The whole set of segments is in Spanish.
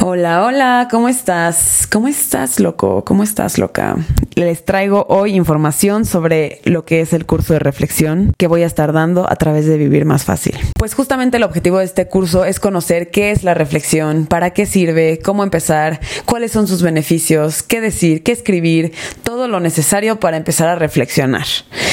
Hola, hola, ¿cómo estás? ¿Cómo estás, loco? ¿Cómo estás, loca? Les traigo hoy información sobre lo que es el curso de reflexión que voy a estar dando a través de Vivir Más Fácil. Pues justamente el objetivo de este curso es conocer qué es la reflexión, para qué sirve, cómo empezar, cuáles son sus beneficios, qué decir, qué escribir, todo lo necesario para empezar a reflexionar.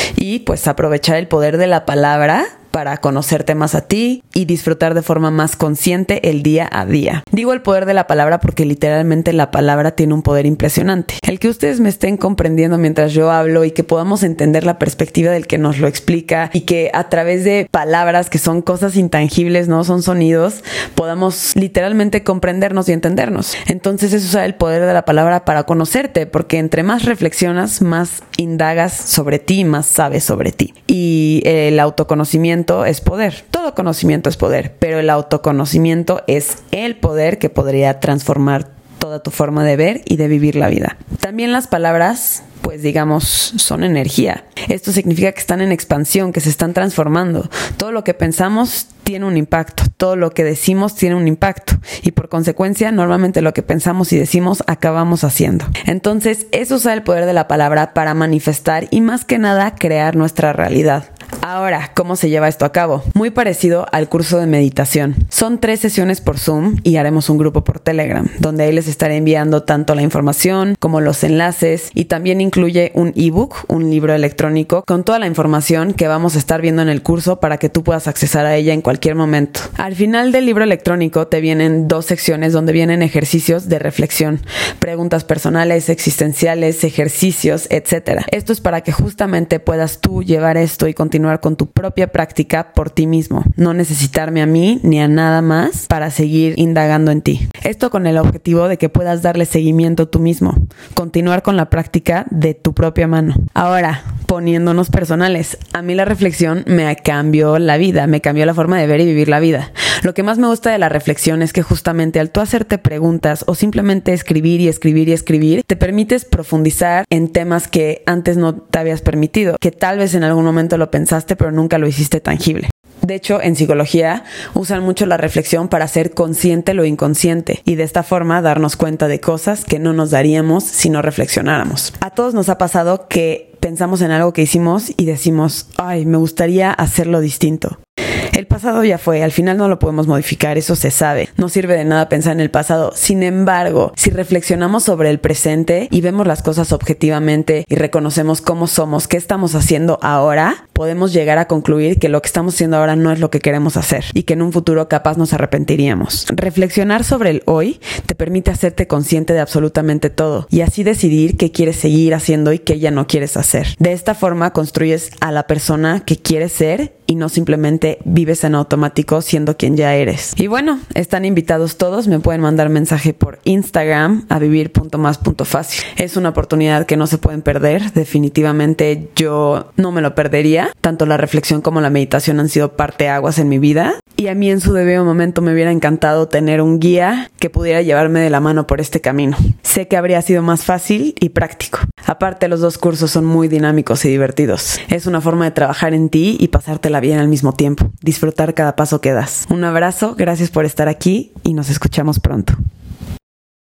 Y pues aprovechar el poder de la palabra para conocerte más a ti y disfrutar de forma más consciente el día a día. Digo el poder de la palabra porque literalmente la palabra tiene un poder impresionante. El que ustedes me estén comprendiendo mientras yo hablo y que podamos entender la perspectiva del que nos lo explica y que a través de palabras que son cosas intangibles, no son sonidos, podamos literalmente comprendernos y entendernos. Entonces es usar el poder de la palabra para conocerte, porque entre más reflexionas, más indagas sobre ti, más sabes sobre ti. Y el autoconocimiento es poder. Todo conocimiento es poder, pero el autoconocimiento es el poder que podría transformar toda tu forma de ver y de vivir la vida. También las palabras, pues digamos, son energía. Esto significa que están en expansión, que se están transformando. Todo lo que pensamos tiene un impacto, todo lo que decimos tiene un impacto y por consecuencia normalmente lo que pensamos y decimos acabamos haciendo. Entonces es usar el poder de la palabra para manifestar y más que nada crear nuestra realidad. Ahora, ¿cómo se lleva esto a cabo? Muy parecido al curso de meditación. Son 3 sesiones por Zoom y haremos un grupo por Telegram, donde ahí les estaré enviando tanto la información como los enlaces y también incluye un ebook, un libro electrónico con toda la información que vamos a estar viendo en el curso para que tú puedas accesar a ella en cualquier momento. Al final del libro electrónico te vienen 2 secciones donde vienen ejercicios de reflexión, preguntas personales, existenciales, ejercicios, etc. Esto es para que justamente puedas tú llevar esto y continuar con tu propia práctica por ti mismo, no necesitarme a mí ni a nada más para seguir indagando en ti. Esto con el objetivo de que puedas darle seguimiento tú mismo, continuar con la práctica de tu propia mano. Ahora, poniéndonos personales, a mí la reflexión me cambió la vida, me cambió la forma de ver y vivir la vida. Lo que más me gusta de la reflexión es que justamente al tú hacerte preguntas o simplemente escribir y escribir y escribir, te permites profundizar en temas que antes no te habías permitido, que tal vez en algún momento lo pensaste pero nunca lo hiciste tangible. De hecho, en psicología usan mucho la reflexión para hacer consciente lo inconsciente y de esta forma darnos cuenta de cosas que no nos daríamos si no reflexionáramos. A todos nos ha pasado que pensamos en algo que hicimos y decimos, ay, me gustaría hacerlo distinto. El pasado ya fue, al final no lo podemos modificar, eso se sabe. No sirve de nada pensar en el pasado. Sin embargo, si reflexionamos sobre el presente y vemos las cosas objetivamente y reconocemos cómo somos, qué estamos haciendo ahora, podemos llegar a concluir que lo que estamos haciendo ahora no es lo que queremos hacer y que en un futuro capaz nos arrepentiríamos. Reflexionar sobre el hoy te permite hacerte consciente de absolutamente todo y así decidir qué quieres seguir haciendo y qué ya no quieres hacer. De esta forma construyes a la persona que quieres ser y no simplemente vives en automático siendo quien ya eres. Y bueno, están invitados todos, me pueden mandar mensaje por Instagram a vivir.más.fácil. Es una oportunidad que no se pueden perder, definitivamente yo no me lo perdería. Tanto la reflexión como la meditación han sido parteaguas en mi vida y a mí en su debido momento me hubiera encantado tener un guía que pudiera llevarme de la mano por este camino. Sé que habría sido más fácil y práctico. Aparte, los 2 cursos son muy dinámicos y divertidos. Es una forma de trabajar en ti y pasártela bien al mismo tiempo. Disfrutar cada paso que das. Un abrazo, gracias por estar aquí y nos escuchamos pronto.